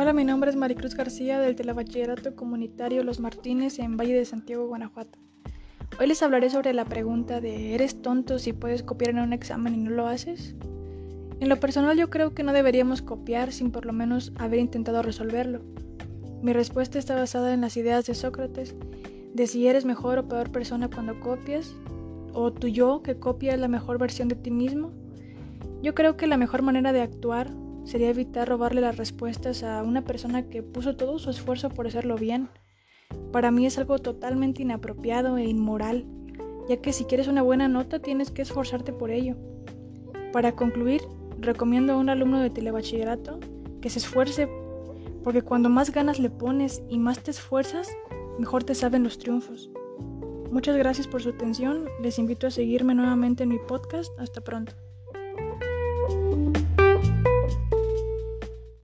Hola, mi nombre es Maricruz García del Telebachillerato Comunitario Los Martínez en Valle de Santiago, Guanajuato. Hoy les hablaré sobre la pregunta de ¿eres tonto si puedes copiar en un examen y no lo haces? En lo personal yo creo que no deberíamos copiar sin por lo menos haber intentado resolverlo. Mi respuesta está basada en las ideas de Sócrates, de si eres mejor o peor persona cuando copias, o tu yo que copia es la mejor versión de ti mismo. Yo creo que la mejor manera de actuar sería evitar robarle las respuestas a una persona que puso todo su esfuerzo por hacerlo bien. Para mí es algo totalmente inapropiado e inmoral, ya que si quieres una buena nota tienes que esforzarte por ello. Para concluir, recomiendo a un alumno de telebachillerato que se esfuerce, porque cuando más ganas le pones y más te esfuerzas, mejor te saben los triunfos. Muchas gracias por su atención, les invito a seguirme nuevamente en mi podcast. Hasta pronto.